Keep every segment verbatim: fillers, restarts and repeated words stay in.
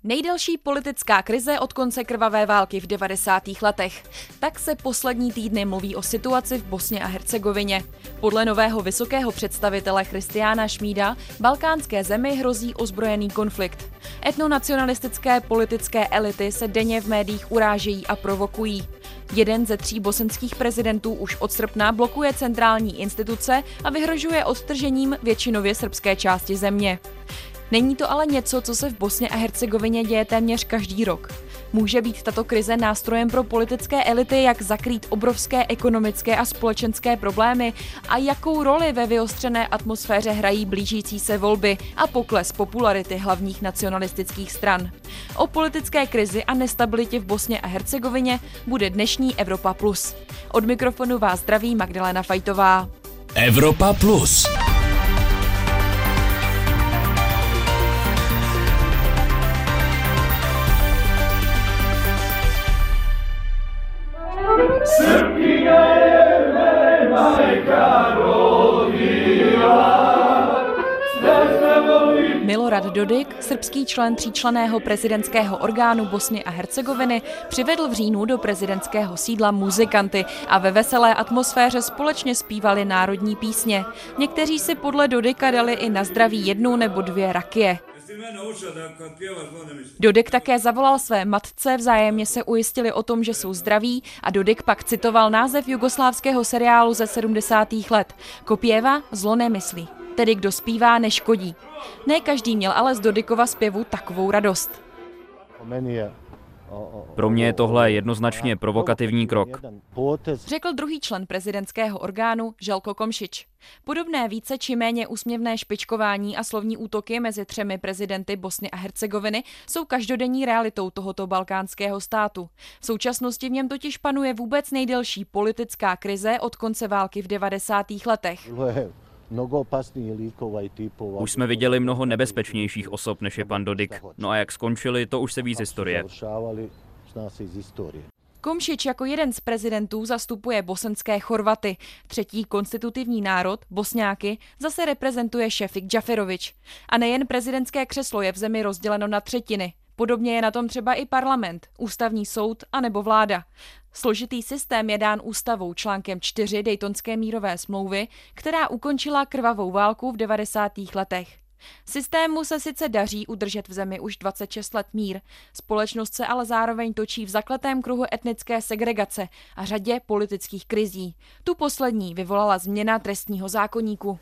Nejdelší politická krize od konce krvavé války v devadesátých letech. Tak se poslední týdny mluví o situaci v Bosně a Hercegovině. Podle nového vysokého představitele Christiana Schmida balkánské zemi hrozí ozbrojený konflikt. Etnonacionalistické politické elity se denně v médiích urážejí a provokují. Jeden ze tří bosenských prezidentů už od srpna blokuje centrální instituce a vyhrožuje odtržením většinově srbské části země. Není to ale něco, co se v Bosně a Hercegovině děje téměř každý rok. Může být tato krize nástrojem pro politické elity, jak zakrýt obrovské ekonomické a společenské problémy a jakou roli ve vyostřené atmosféře hrají blížící se volby a pokles popularity hlavních nacionalistických stran. O politické krizi a nestabilitě v Bosně a Hercegovině bude dnešní Evropa Plus. Od mikrofonu vás zdraví Magdalena Fajtová. Evropa Plus. Milorad Dodik, srbský člen tříčlenného prezidentského orgánu Bosny a Hercegoviny, přivedl v říjnu do prezidentského sídla muzikanty a ve veselé atmosféře společně zpívali národní písně. Někteří si podle Dodika dali i na zdraví jednu nebo dvě rakie. Dodik také zavolal své matce, vzájemně se ujistili o tom, že jsou zdraví, a Dodik pak citoval název jugoslávského seriálu ze sedmdesátých let. Kopěva zlo nemyslí, tedy kdo zpívá, neškodí. Ne každý měl ale z Dodikova zpěvu takovou radost. Pro mě je tohle jednoznačně provokativní krok, řekl druhý člen prezidentského orgánu Željko Komšić. Podobné více či méně úsměvné špičkování a slovní útoky mezi třemi prezidenty Bosny a Hercegoviny jsou každodenní realitou tohoto balkánského státu. V současnosti v něm totiž panuje vůbec nejdelší politická krize od konce války v devadesátých letech. Už jsme viděli mnoho nebezpečnějších osob, než je pan Dodik. No a jak skončili, to už se ví z historie. Komšić jako jeden z prezidentů zastupuje bosenské Chorvaty. Třetí konstitutivní národ, Bosňáky, zase reprezentuje Šefik Džaferović. A nejen prezidentské křeslo je v zemi rozděleno na třetiny. Podobně je na tom třeba i parlament, ústavní soud anebo vláda. Složitý systém je dán ústavou článkem čtyři Daytonské mírové smlouvy, která ukončila krvavou válku v devadesátých letech. Systému se sice daří udržet v zemi už dvacet šest let mír, společnost se ale zároveň točí v zakletém kruhu etnické segregace a řadě politických krizí. Tu poslední vyvolala změna trestního zákoníku.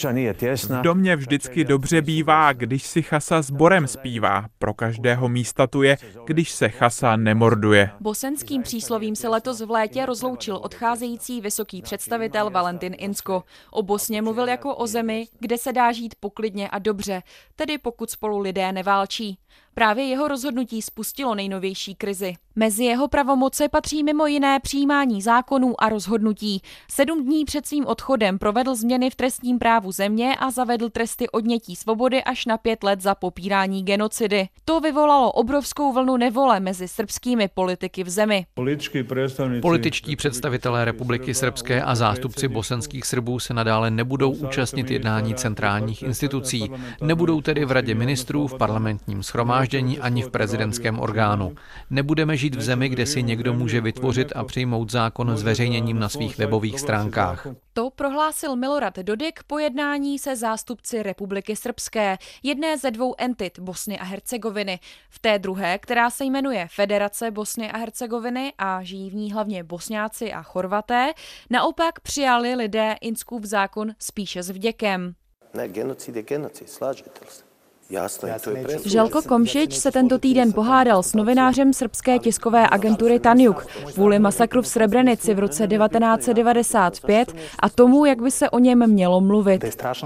V domě vždycky dobře bývá, když si chasa sborem zpívá. Pro každého místa tu je, když se chasa nemorduje. Bosenským příslovím se letos v létě rozloučil odcházející vysoký představitel Valentin Inzko. O Bosně mluvil jako o zemi, kde se dá žít poklidně a dobře, tedy pokud spolu lidé neválčí. Právě jeho rozhodnutí spustilo nejnovější krizi. Mezi jeho pravomoce patří mimo jiné přijímání zákonů a rozhodnutí. Sedm dní před svým odchodem provedl změny v trestním právu země a zavedl tresty odnětí svobody až na pět let za popírání genocidy. To vyvolalo obrovskou vlnu nevole mezi srbskými politiky v zemi. Političtí představitelé Republiky srbské a zástupci bosenských Srbů se nadále nebudou účastnit jednání centrálních institucí. Nebudou tedy v radě ministrů, v parlamentním shromáždění ani v prezidentském orgánu. Nebudeme žít v zemi, kde si někdo může vytvořit a přijmout zákon zveřejněním na svých webových stránkách. To prohlásil Milorad Dodik po jednání se zástupci Republiky srbské, jedné ze dvou entit Bosny a Hercegoviny. V té druhé, která se jmenuje Federace Bosny a Hercegoviny a žijí v ní hlavně Bosňáci a Chorvaté, naopak přijali lidé Inzkův zákon spíše s vděkem. Ne, genocid je genocid, slažete se. Željko Komšić se tento týden pohádal s novinářem srbské tiskové agentury Tanjug kvůli masakru v Srebrenici v roce devatenáct set devadesát pět a tomu, jak by se o něm mělo mluvit.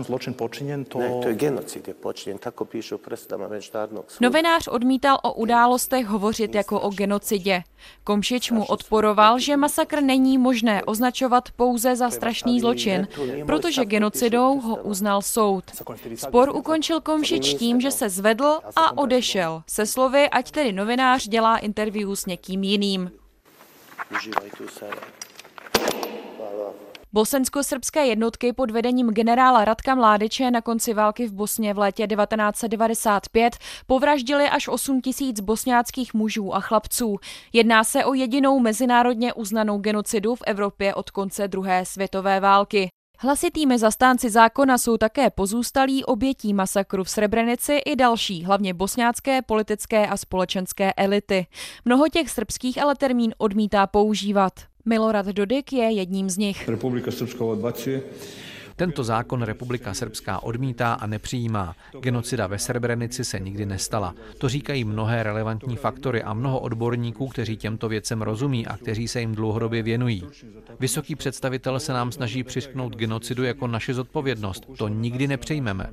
Novinář odmítal o událostech hovořit jako o genocidě. Komšić mu odporoval, že masakr není možné označovat pouze za strašný zločin, protože genocidou ho uznal soud. Spor ukončil Komšić tím, že se zvedl a odešel, se slovy, ať tedy novinář dělá interview s někým jiným. Bosensko-srbské jednotky pod vedením generála Ratka Mládiče na konci války v Bosně v létě devatenáct set devadesát pět povraždili až osm tisíc bosňáckých mužů a chlapců. Jedná se o jedinou mezinárodně uznanou genocidu v Evropě od konce druhé světové války. Hlasitými zastánci zákona jsou také pozůstalí obětí masakru v Srebrenici i další, hlavně bosňácké politické a společenské elity. Mnoho těch srbských ale termín odmítá používat. Milorad Dodik je jedním z nich. Republika Srbska odbacuje. Tento zákon Republika Srbská odmítá a nepřijímá. Genocida ve Srebrenici se nikdy nestala. To říkají mnohé relevantní faktory a mnoho odborníků, kteří těmto věcem rozumí a kteří se jim dlouhodobě věnují. Vysoký představitel se nám snaží přiřknout genocidu jako naši zodpovědnost. To nikdy nepřejmeme.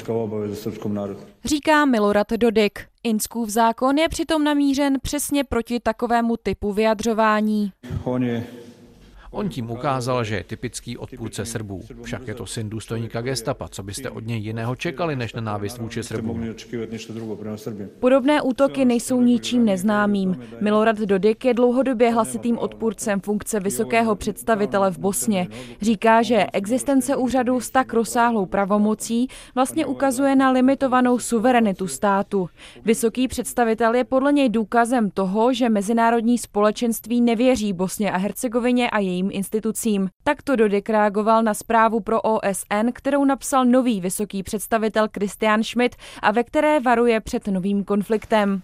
Říká Milorad Dodik. Inskův zákon je přitom namířen přesně proti takovému typu vyjadřování. On tím ukázal, že je typický odpůrce Srbů. Však je to syn důstojníka gestapa, co byste od něj jiného čekali než nenávist vůči Srbům. Podobné útoky nejsou ničím neznámým. Milorad Dodik je dlouhodobě hlasitým odpůrcem funkce vysokého představitele v Bosně. Říká, že existence úřadu s tak rozsáhlou pravomocí vlastně ukazuje na limitovanou suverenitu státu. Vysoký představitel je podle něj důkazem toho, že mezinárodní společenství nevěří Bosně a Hercegovině a její institucím. Takto Dodik reagoval na zprávu pro O S N, kterou napsal nový vysoký představitel Christian Schmidt a ve které varuje před novým konfliktem.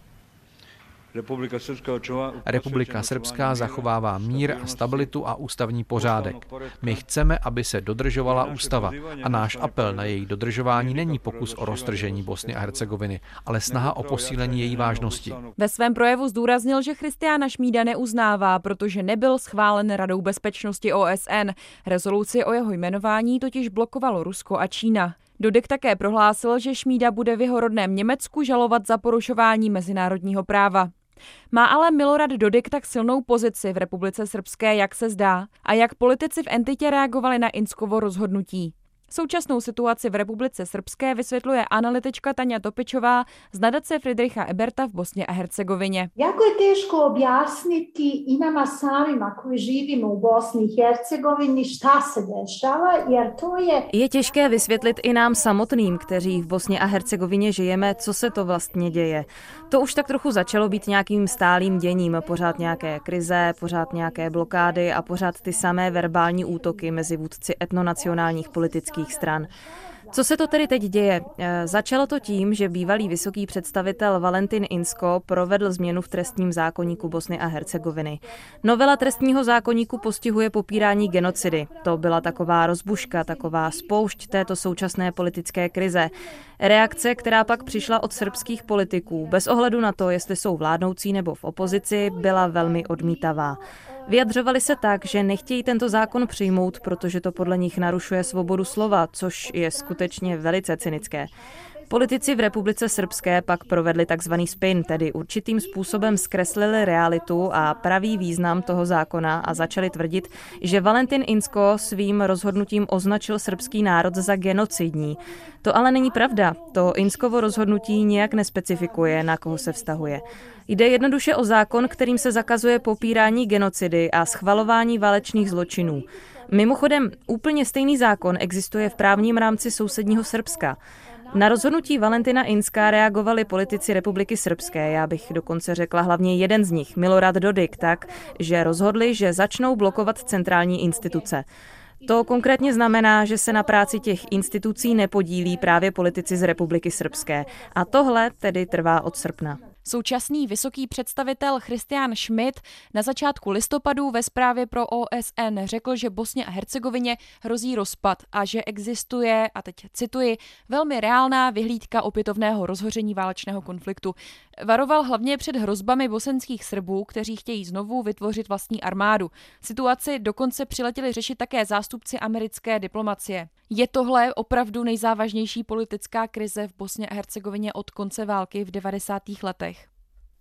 Republika Srbská zachovává mír a stabilitu a ústavní pořádek. My chceme, aby se dodržovala ústava a náš apel na její dodržování není pokus o roztržení Bosny a Hercegoviny, ale snaha o posílení její vážnosti. Ve svém projevu zdůraznil, že Christiana Schmida neuznává, protože nebyl schválen Radou bezpečnosti O S N. Rezoluci o jeho jmenování totiž blokovalo Rusko a Čína. Dodik také prohlásil, že Šmída bude v jeho rodném Německu žalovat za porušování mezinárodního práva. Má ale Milorad Dodik tak silnou pozici v Republice Srbské, jak se zdá, a jak politici v entitě reagovali na Inskovo rozhodnutí? Současnou situaci v Republice Srbské vysvětluje analytička Tanja Topičová z nadace Friedricha Eberta v Bosně a Hercegovině. Jako je těžko objasniti i nama samima koji živimo u Bosni i Hercegovini šta se dešava, jer to je... Je těžké vysvětlit i nám samotným, kteří v Bosně a Hercegovině žijeme, co se to vlastně děje. To už tak trochu začalo být nějakým stálým děním, pořád nějaké krize, pořád nějaké blokády a pořád ty samé verbální útoky mezi vůdci etnonacionálních politických stran. Co se to tedy teď děje? Začalo to tím, že bývalý vysoký představitel Valentin Inzko provedl změnu v trestním zákoníku Bosny a Hercegoviny. Novela trestního zákoníku postihuje popírání genocidy. To byla taková rozbuška, taková spoušť této současné politické krize. Reakce, která pak přišla od srbských politiků, bez ohledu na to, jestli jsou vládnoucí nebo v opozici, byla velmi odmítavá. Vyjadřovali se tak, že nechtějí tento zákon přijmout, protože to podle nich narušuje svobodu slova, což je skutečně velice cynické. Politici v Republice Srbské pak provedli takzvaný spin, tedy určitým způsobem zkreslili realitu a pravý význam toho zákona a začali tvrdit, že Valentin Inzko svým rozhodnutím označil srbský národ za genocidní. To ale není pravda. To Inzkovo rozhodnutí nijak nespecifikuje, na koho se vztahuje. Jde jednoduše o zákon, kterým se zakazuje popírání genocidy a schvalování válečných zločinů. Mimochodem, úplně stejný zákon existuje v právním rámci sousedního Srbska. Na rozhodnutí Valentina Inzka reagovali politici Republiky Srbské, já bych dokonce řekla hlavně jeden z nich, Milorad Dodik, tak, že rozhodli, že začnou blokovat centrální instituce. To konkrétně znamená, že se na práci těch institucí nepodílí právě politici z Republiky Srbské. A tohle tedy trvá od srpna. Současný vysoký představitel Christian Schmidt na začátku listopadu ve zprávě pro O S N řekl, že Bosně a Hercegovině hrozí rozpad a že existuje, a teď cituji, velmi reálná vyhlídka opětovného rozhoření válečného konfliktu. Varoval hlavně před hrozbami bosenských Srbů, kteří chtějí znovu vytvořit vlastní armádu. Situaci dokonce přiletěli řešit také zástupci americké diplomacie. Je tohle opravdu nejzávažnější politická krize v Bosně a Hercegovině od konce války v devadesátých letech?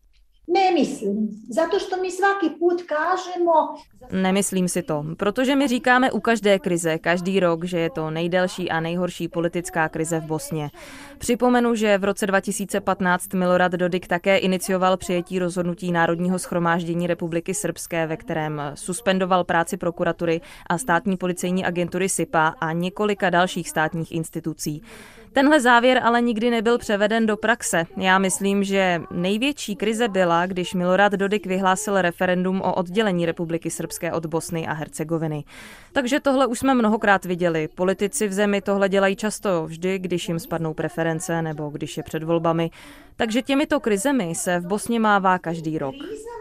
Nemyslím, zato što mi svaki put kažemo... Nemyslím si to, protože my říkáme u každé krize, každý rok, že je to nejdelší a nejhorší politická krize v Bosně. Připomenu, že v roce dva tisíce patnáct Milorad Dodik také inicioval přijetí rozhodnutí Národního shromáždění Republiky Srbské, ve kterém suspendoval práci prokuratury a státní policejní agentury S I P A a několika dalších státních institucí. Tenhle závěr ale nikdy nebyl převeden do praxe. Já myslím, že největší krize byla, když Milorad Dodik vyhlásil referendum o oddělení Republiky Srbské od Bosny a Hercegoviny. Takže tohle už jsme mnohokrát viděli. Politici v zemi tohle dělají často, vždy, když jim spadnou preference nebo když je před volbami. Takže těmito krizemi se v Bosně mává každý rok.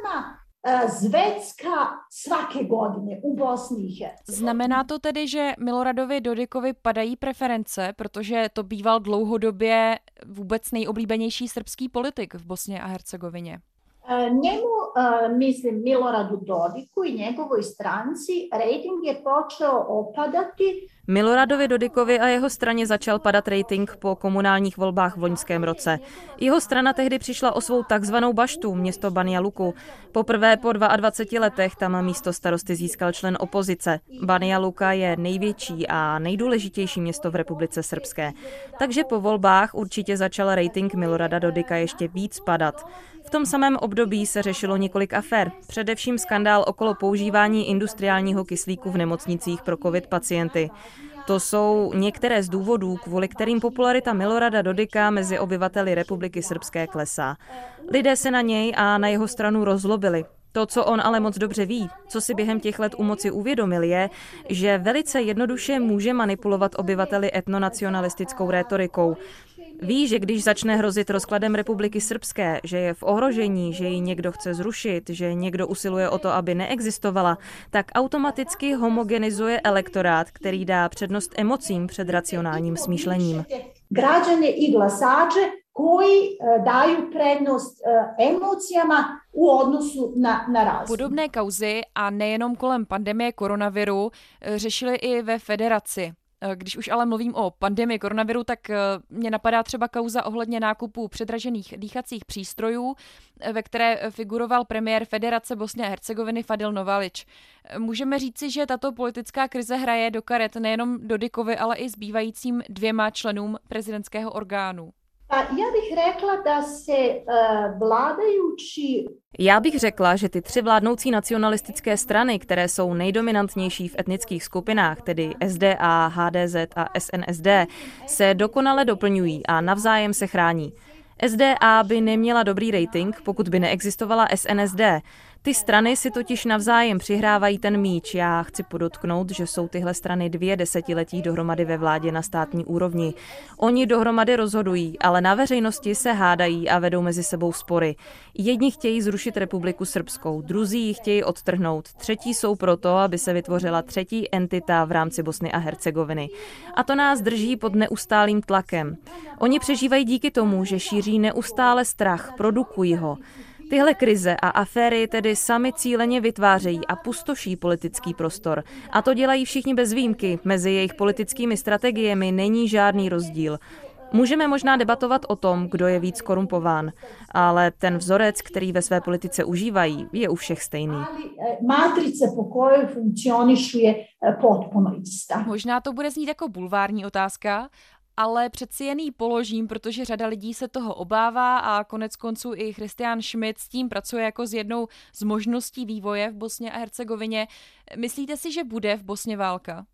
Zvecka svake godine u Bosni i Hercegovini. Znamená to tedy, že Miloradovi Dodikovi padají preference, protože to býval dlouhodobě vůbec nejoblíbenější srbský politik v Bosně a Hercegovině? Njemu, mislim, Miloradu Dodiku i njegovoj stranci rating je počeo opadati. Miloradovi Dodikovi a jeho straně začal padat rating po komunálních volbách v loňském roce. Jeho strana tehdy přišla o svou takzvanou baštu, město Banja Luku. Poprvé po dvaceti dvou letech tam místo starosty získal člen opozice. Banja Luka je největší a nejdůležitější město v Republice Srbské. Takže po volbách určitě začal rating Milorada Dodika ještě víc padat. V tom samém období se řešilo několik afér, především skandál okolo používání industriálního kyslíku v nemocnicích pro covid pacienty. To jsou některé z důvodů, kvůli kterým popularita Milorada Dodika mezi obyvateli Republiky Srbské klesá. Lidé se na něj a na jeho stranu rozlobili. To, co on ale moc dobře ví, co si během těch let u moci uvědomil, je, že velice jednoduše může manipulovat obyvateli etnonacionalistickou rétorikou. Ví, že když začne hrozit rozkladem Republiky Srbské, že je v ohrožení, že ji někdo chce zrušit, že někdo usiluje o to, aby neexistovala, tak automaticky homogenizuje elektorát, který dá přednost emocím před racionálním smýšlením. Građane i glasače koji daju prednost emocijama u odnosu na, na razum. Podobné kauzy a nejenom kolem pandemie koronaviru řešili i ve federaci. Když už ale mluvím o pandemii koronaviru, tak mě napadá třeba kauza ohledně nákupu předražených dýchacích přístrojů, ve které figuroval premiér Federace Bosny a Hercegoviny Fadil Novalić. Můžeme říci, že tato politická krize hraje do karet nejenom Dodikovi, ale i zbývajícím dvěma členům prezidentského orgánu. Já bych řekla, da se uh, vládajući... Já bych řekla, že ty tři vládnoucí nacionalistické strany, které jsou nejdominantnější v etnických skupinách, tedy S D A, H D Z a S N S D, se dokonale doplňují a navzájem se chrání. S D A by neměla dobrý rating, pokud by neexistovala S N S D. Ty strany si totiž navzájem přihrávají ten míč. Já chci podotknout, že jsou tyhle strany dvě desetiletí dohromady ve vládě na státní úrovni. Oni dohromady rozhodují, ale na veřejnosti se hádají a vedou mezi sebou spory. Jedni chtějí zrušit Republiku Srbskou, druzí ji chtějí odtrhnout, třetí jsou proto, aby se vytvořila třetí entita v rámci Bosny a Hercegoviny. A to nás drží pod neustálým tlakem. Oni přežívají díky tomu, že šíří neustále strach, produkují ho. Tyhle krize a aféry tedy sami cíleně vytvářejí a pustoší politický prostor. A to dělají všichni bez výjimky. Mezi jejich politickými strategiemi není žádný rozdíl. Můžeme možná debatovat o tom, kdo je víc korumpován, ale ten vzorec, který ve své politice užívají, je u všech stejný. Matrice, po kojoj funkcionišuje potpuno ista. Možná to bude znít jako bulvární otázka, ale přeci jen ji položím, protože řada lidí se toho obává a konec konců i Christian Schmidt s tím pracuje jako s jednou z možností vývoje v Bosně a Hercegovině. Myslíte si, že bude v Bosně válka?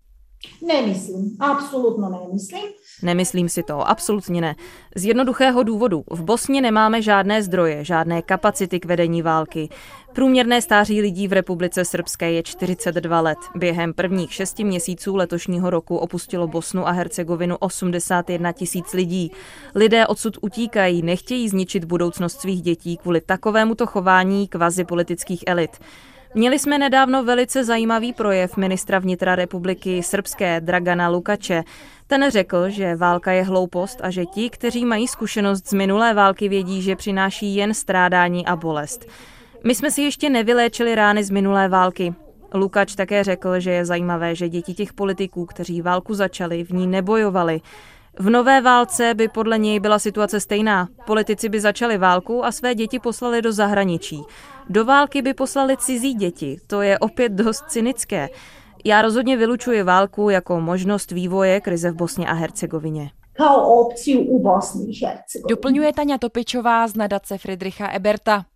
Nemyslím, absolutno nemyslím. Nemyslím si to, absolutně ne. Z jednoduchého důvodu. V Bosně nemáme žádné zdroje, žádné kapacity k vedení války. Průměrné stáří lidí v Republice Srbské je čtyřicet dva let. Během prvních šesti měsíců letošního roku opustilo Bosnu a Hercegovinu osmdesát jedna tisíc lidí. Lidé odsud utíkají, nechtějí zničit budoucnost svých dětí kvůli takovémuto chování kvazi politických elit. Měli jsme nedávno velice zajímavý projev ministra vnitra Republiky Srbské Dragana Lukače. Ten řekl, že válka je hloupost a že ti, kteří mají zkušenost z minulé války, vědí, že přináší jen strádání a bolest. My jsme si ještě nevyléčili rány z minulé války. Lukač také řekl, že je zajímavé, že děti těch politiků, kteří válku začali, v ní nebojovali. V nové válce by podle něj byla situace stejná. Politici by začali válku a své děti poslali do zahraničí. Do války by poslali cizí děti. To je opět dost cynické. Já rozhodně vylučuji válku jako možnost vývoje krize v Bosně a Hercegovině. Kao opciju u Bosni i Hercegovini. Doplňuje Tanja Topičová z nadace Friedricha Eberta.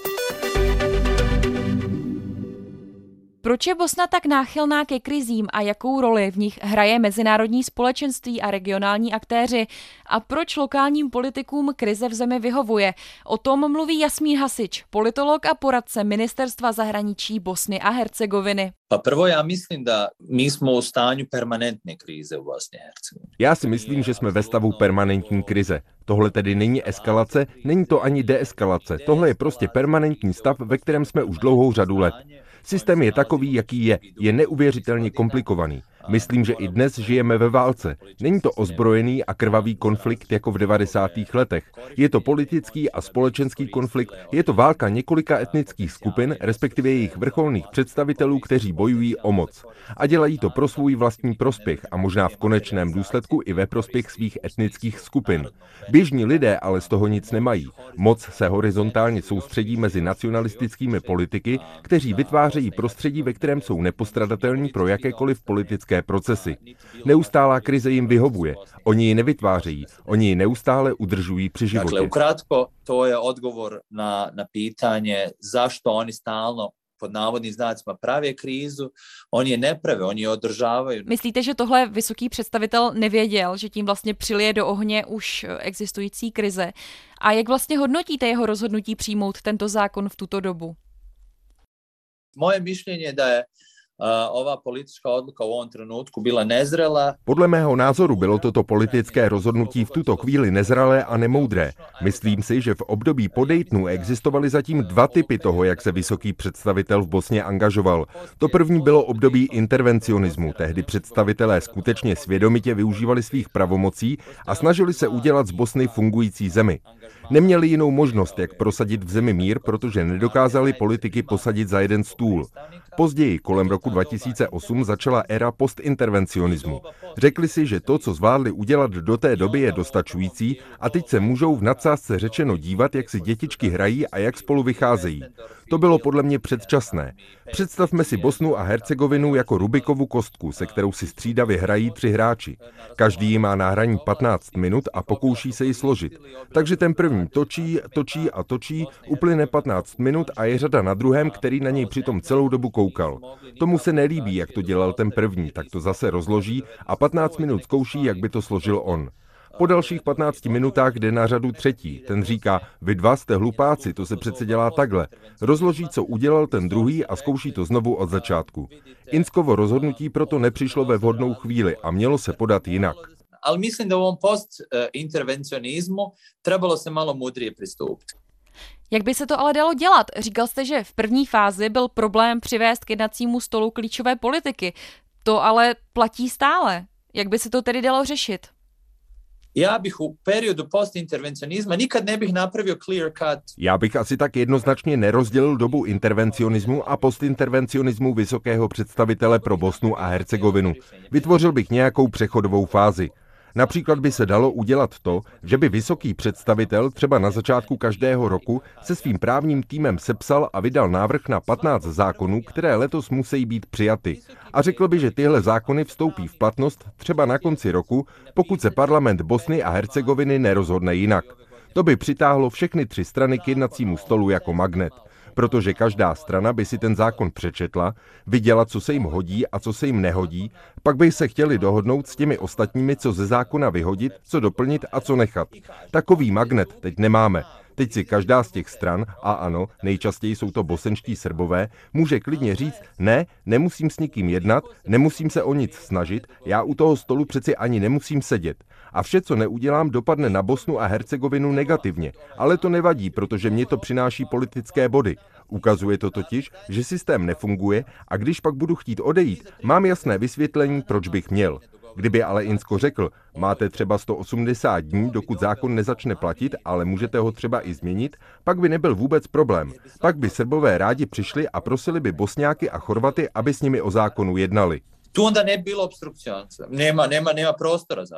Proč je Bosna tak náchylná ke krizím a jakou roli v nich hraje mezinárodní společenství a regionální aktéři? A proč lokálním politikům krize v zemi vyhovuje? O tom mluví Jasmín Hasič, politolog a poradce Ministerstva zahraničí Bosny a Hercegoviny. Pa prvo ja myslím da mi smo u stanju permanentne krize u Bosni a Hercegovini. Já si myslím, že jsme ve stavu permanentní krize. Tohle tedy není eskalace, není to ani deeskalace. Tohle je prostě permanentní stav, ve kterém jsme už dlouhou řadu let. Systém je takový, jaký je. Je neuvěřitelně komplikovaný. Myslím, že i dnes žijeme ve válce. Není to ozbrojený a krvavý konflikt jako v devadesátých letech. Je to politický a společenský konflikt, je to válka několika etnických skupin, respektive jejich vrcholných představitelů, kteří bojují o moc. A dělají to pro svůj vlastní prospěch a možná v konečném důsledku i ve prospěch svých etnických skupin. Běžní lidé ale z toho nic nemají. Moc se horizontálně soustředí mezi nacionalistickými politiky, kteří vytvářejí prostředí, ve kterém jsou nepostradatelní pro jakékoliv politické procesy. Neustálá krize jim vyhovuje. Oni ji nevytvářejí, oni ji neustále udržují při životě. Dakle, ukratko, to je odgovor na, na pitanje zašto oni stalno pod návodným znacima praví krízu, oni je neprave, oni je održávají. Myslíte, že tohle vysoký představitel nevěděl, že tím vlastně přilije do ohně už existující krize? A jak vlastně hodnotíte jeho rozhodnutí přijmout tento zákon v tuto dobu? Moje mišljenje je da je Uh, ova politička odluka u ovom trenutku bila nezrela. Podle mého názoru bylo toto politické rozhodnutí v tuto chvíli nezralé a nemoudré. Myslím si, že v období po Daytonu existovaly zatím dva typy toho, jak se vysoký představitel v Bosně angažoval. To první bylo období intervencionismu. Tehdy představitelé skutečně svědomitě využívali svých pravomocí a snažili se udělat z Bosny fungující zemi. Neměli jinou možnost, jak prosadit v zemi mír, protože nedokázali politiky posadit za jeden stůl. Později, kolem roku dva tisíce osm, začala éra postintervencionismu. Řekli si, že to, co zvládli udělat do té doby, je dostačující a teď se můžou v nadsázce řečeno dívat, jak si dětičky hrají a jak spolu vycházejí. To bylo podle mě předčasné. Představme si Bosnu a Hercegovinu jako Rubikovu kostku, se kterou si střídavě hrají tři hráči. Každý ji má na hraní patnáct minut a pokouší se ji složit. Takže ten první točí, točí a točí, uplyne patnáct minut a je řada na druhém, který na něj přitom celou dobu koukal. Tomu se nelíbí, jak to dělal ten první, tak to zase rozloží a patnáct minut zkouší, jak by to složil on. Po dalších patnácti minutách jde na řadu třetí. Ten říká, vy dva jste hlupáci, to se přece dělá takhle. Rozloží, co udělal ten druhý a zkouší to znovu od začátku. Inskovo rozhodnutí proto nepřišlo ve vhodnou chvíli a mělo se podat jinak. Ale myslím, da u ovom postintervencionizmu trebalo se malo mudrije pristupiti. Jak by se to ale dalo dělat? Říkal jste, že v první fázi byl problém přivést k jednacímu stolu klíčové politiky. To ale platí stále. Jak by se to tedy dalo řešit? Já bych u periodu postintervencionizma nikad ne bych napravio clear cut. Já bych asi tak jednoznačně nerozdělil dobu intervencionismu a postintervencionismu vysokého představitele pro Bosnu a Hercegovinu. Vytvořil bych nějakou přechodovou fázi. Například by se dalo udělat to, že by vysoký představitel třeba na začátku každého roku se svým právním týmem sepsal a vydal návrh na patnáct zákonů, které letos musí být přijaty. A řekl by, že tyhle zákony vstoupí v platnost třeba na konci roku, pokud se parlament Bosny a Hercegoviny nerozhodne jinak. To by přitáhlo všechny tři strany k jednacímu stolu jako magnet. Protože každá strana by si ten zákon přečetla, viděla, co se jim hodí a co se jim nehodí, pak by se chtěli dohodnout s těmi ostatními, co ze zákona vyhodit, co doplnit a co nechat. Takový magnet teď nemáme. Teď si každá z těch stran, a ano, nejčastěji jsou to bosenští Srbové, může klidně říct, ne, nemusím s nikým jednat, nemusím se o nic snažit, já u toho stolu přeci ani nemusím sedět. A vše, co neudělám, dopadne na Bosnu a Hercegovinu negativně. Ale to nevadí, protože mě to přináší politické body. Ukazuje to totiž, že systém nefunguje a když pak budu chtít odejít, mám jasné vysvětlení, proč bych měl. Kdyby ale Insko řekl, máte třeba sto osmdesát dní, dokud zákon nezačne platit, ale můžete ho třeba i změnit, pak by nebyl vůbec problém. Pak by Srbové rádi přišli a prosili by Bosňáky a Chorvaty, aby s nimi o zákonu jednali. Tu onda ne bilo obstrukcionaca. Nema, nema, nema prostora za to.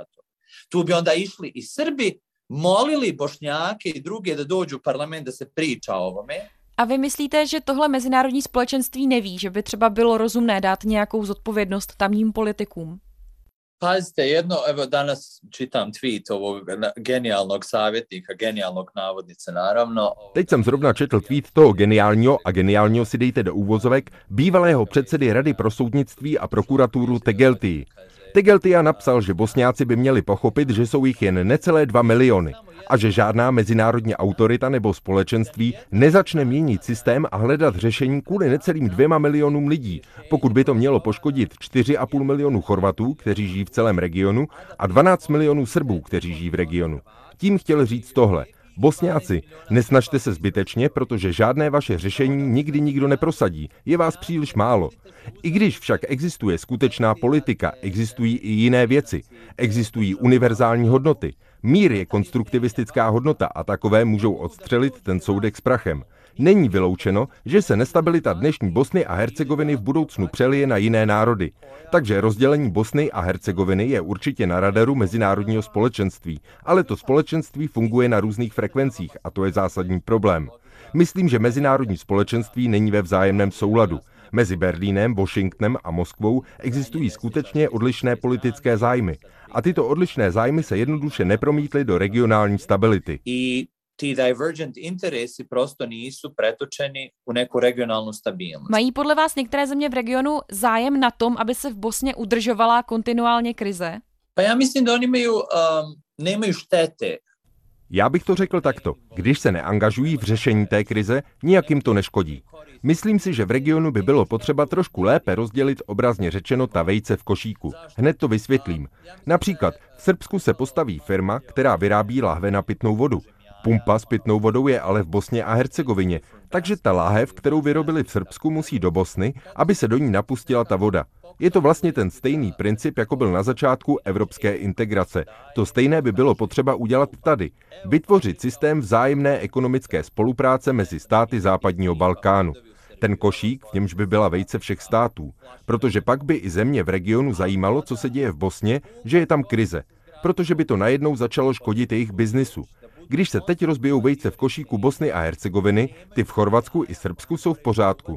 Tu bi onda išli i Srbi, molili Bošnjake i druge da dođu u parlament da se priča o ovome. A vy myslíte, že tohle mezinárodní společenství neví, že by třeba bylo rozumné dát nějakou zodpovědnost tamním politikům? Pazite, jedno, evo danas čitam tweet ovog genijalnog savjetnika, genijalnog návodnice naravno. Teď jsem zrovna četl tweet toho geniálního, a geniálního si dejte do úvozovek, bývalého předsedy Rady pro soudnictví a prokuraturu Tegeltii. Tegeltia napsal, že Bosňáci by měli pochopit, že jsou jich jen necelé dva miliony a že žádná mezinárodní autorita nebo společenství nezačne měnit systém a hledat řešení kvůli necelým dvěma milionům lidí, pokud by to mělo poškodit čtyři a půl milionu Chorvatů, kteří žijí v celém regionu, a dvanáct milionů Srbů, kteří žijí v regionu. Tím chtěl říct tohle. Bosňáci, nesnažte se zbytečně, protože žádné vaše řešení nikdy nikdo neprosadí, je vás příliš málo. I když však existuje skutečná politika, existují i jiné věci, existují univerzální hodnoty. Mír je konstruktivistická hodnota a takové můžou odstřelit ten soudek s prachem. Není vyloučeno, že se nestabilita dnešní Bosny a Hercegoviny v budoucnu přelije na jiné národy. Takže rozdělení Bosny a Hercegoviny je určitě na radaru mezinárodního společenství, ale to společenství funguje na různých frekvencích a to je zásadní problém. Myslím, že mezinárodní společenství není ve vzájemném souladu. Mezi Berlínem, Washingtonem a Moskvou existují skutečně odlišné politické zájmy. A tyto odlišné zájmy se jednoduše nepromítly do regionální stability. I ti divergent interesi prosto nisu pretočeni u neku regionalnu stabilnost. Mají podle vás některé země v regionu zájem na tom, aby se v Bosně udržovala kontinuálně krize? Pa já myslím, da oni imaju, um, nemaju štete. Já bych to řekl takto. Když se neangažují v řešení té krize, nijak jim to neškodí. Myslím si, že v regionu by bylo potřeba trošku lépe rozdělit obrazně řečeno ta vejce v košíku. Hned to vysvětlím. Například v Srbsku se postaví firma, která vyrábí láhve na pitnou vodu. Pumpa s pitnou vodou je ale v Bosně a Hercegovině, takže ta láhev, kterou vyrobili v Srbsku, musí do Bosny, aby se do ní napustila ta voda. Je to vlastně ten stejný princip, jako byl na začátku evropské integrace. To stejné by bylo potřeba udělat tady. Vytvořit systém vzájemné ekonomické spolupráce mezi státy západního Balkánu. Ten košík, v němž by byla vejce všech států. Protože pak by i země v regionu zajímalo, co se děje v Bosně, že je tam krize. Protože by to najednou začalo škodit jejich biznisu. Když se teď rozbijou vejce v košíku Bosny a Hercegoviny, ty v Chorvatsku i Srbsku jsou v pořádku.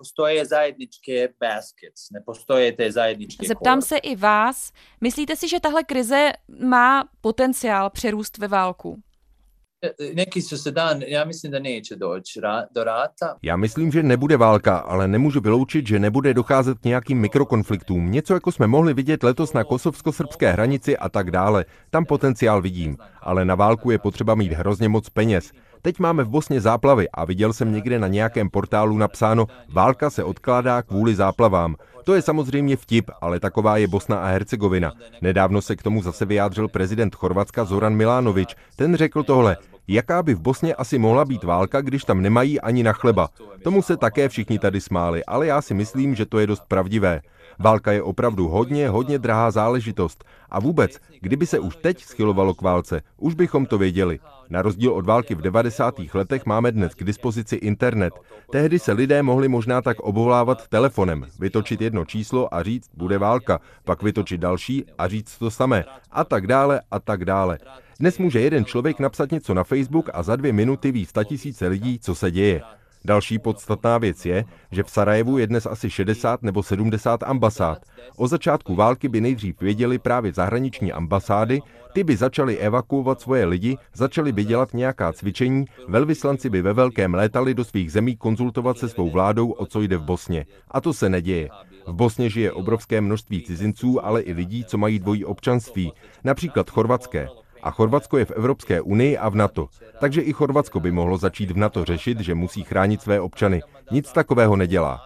Zeptám se i vás, myslíte si, že tahle krize má potenciál přerůst ve válku? Neki su se dan, já myslím, da neće doći do rata. Já myslím, že nebude válka, ale nemůžu vyloučit, že nebude docházet k nějakým mikrokonfliktům. Něco jako jsme mohli vidět letos na kosovsko-srbské hranici a tak dále. Tam potenciál vidím, ale na válku je potřeba mít hrozně moc peněz. Teď máme v Bosně záplavy a viděl jsem někde na nějakém portálu napsáno, válka se odkládá kvůli záplavám. To je samozřejmě vtip, ale taková je Bosna a Hercegovina. Nedávno se k tomu zase vyjádřil prezident Chorvatska Zoran Milanović. Ten řekl tohle, jaká by v Bosně asi mohla být válka, když tam nemají ani na chleba. Tomu se také všichni tady smáli, ale já si myslím, že to je dost pravdivé. Válka je opravdu hodně, hodně drahá záležitost. A vůbec, kdyby se už teď schylovalo k válce, už bychom to věděli. Na rozdíl od války v devadesátých letech máme dnes k dispozici internet. Tehdy se lidé mohli možná tak obvolávat telefonem, vytočit jedno číslo a říct, bude válka, pak vytočit další a říct to samé, a tak dále a tak dále. Dnes může jeden člověk napsat něco na Facebook a za dvě minuty ví statisíce lidí, co se děje. Další podstatná věc je, že v Sarajevu je dnes asi šedesát nebo sedmdesát ambasád. O začátku války by nejdřív věděli právě zahraniční ambasády, ty by začaly evakuovat svoje lidi, začaly by dělat nějaká cvičení, velvyslanci by ve velkém létali do svých zemí konzultovat se svou vládou, o co jde v Bosně. A to se neděje. V Bosně žije obrovské množství cizinců, ale i lidí, co mají dvojí občanství, například chorvatské. A Chorvatsko je v Evropské unii a v NATO. Takže i Chorvatsko by mohlo začít v NATO řešit, že musí chránit své občany. Nic takového nedělá.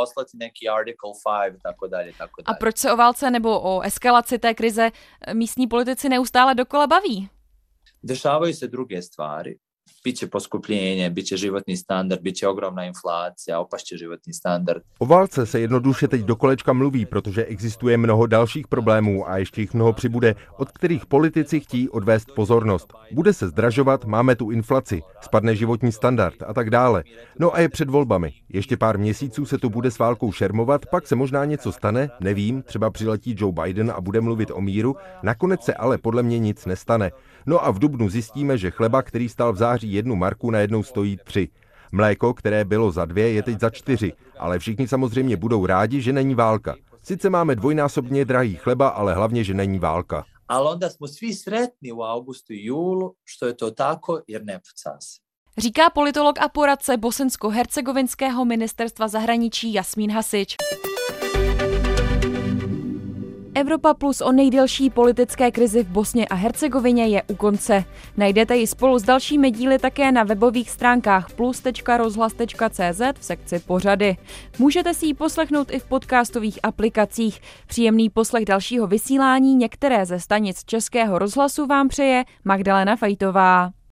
A proč se o válce nebo o eskalaci té krize místní politici neustále dokola baví? Dešávají se druhé stvari. biće poskupljenje, biće životní standard, biće ogromná inflace, opašće životní standard. O válce se jednoduše teď do kolečka mluví, protože existuje mnoho dalších problémů a ještě jich mnoho přibude, od kterých politici chtějí odvést pozornost. Bude se zdražovat, máme tu inflaci, spadne životní standard a tak dále. No a je před volbami. Ještě pár měsíců se tu bude s válkou šermovat, pak se možná něco stane, nevím, třeba přiletí Joe Biden a bude mluvit o míru, nakonec se ale podle mě nic nestane. No a v dubnu zjistíme, že chleba, který stál v září jednu marku, najednou stojí tři. Mléko, které bylo za dvě, je teď za čtyři, ale všichni samozřejmě budou rádi, že není válka. Sice máme dvojnásobně drahý chleba, ale hlavně, že není válka. Ale onda smo svi sretni u augustu i julu, što je to tako, jer ne puca se. Říká politolog a poradce bosensko-hercegovinského ministerstva zahraničí Jasmín Hasič. Evropa Plus o nejdelší politické krizi v Bosně a Hercegovině je u konce. Najdete ji spolu s dalšími díly také na webových stránkách plus tečka rozhlas tečka cé zet v sekci pořady. Můžete si ji poslechnout i v podcastových aplikacích. Příjemný poslech dalšího vysílání některé ze stanic Českého rozhlasu vám přeje Magdalena Fajtová.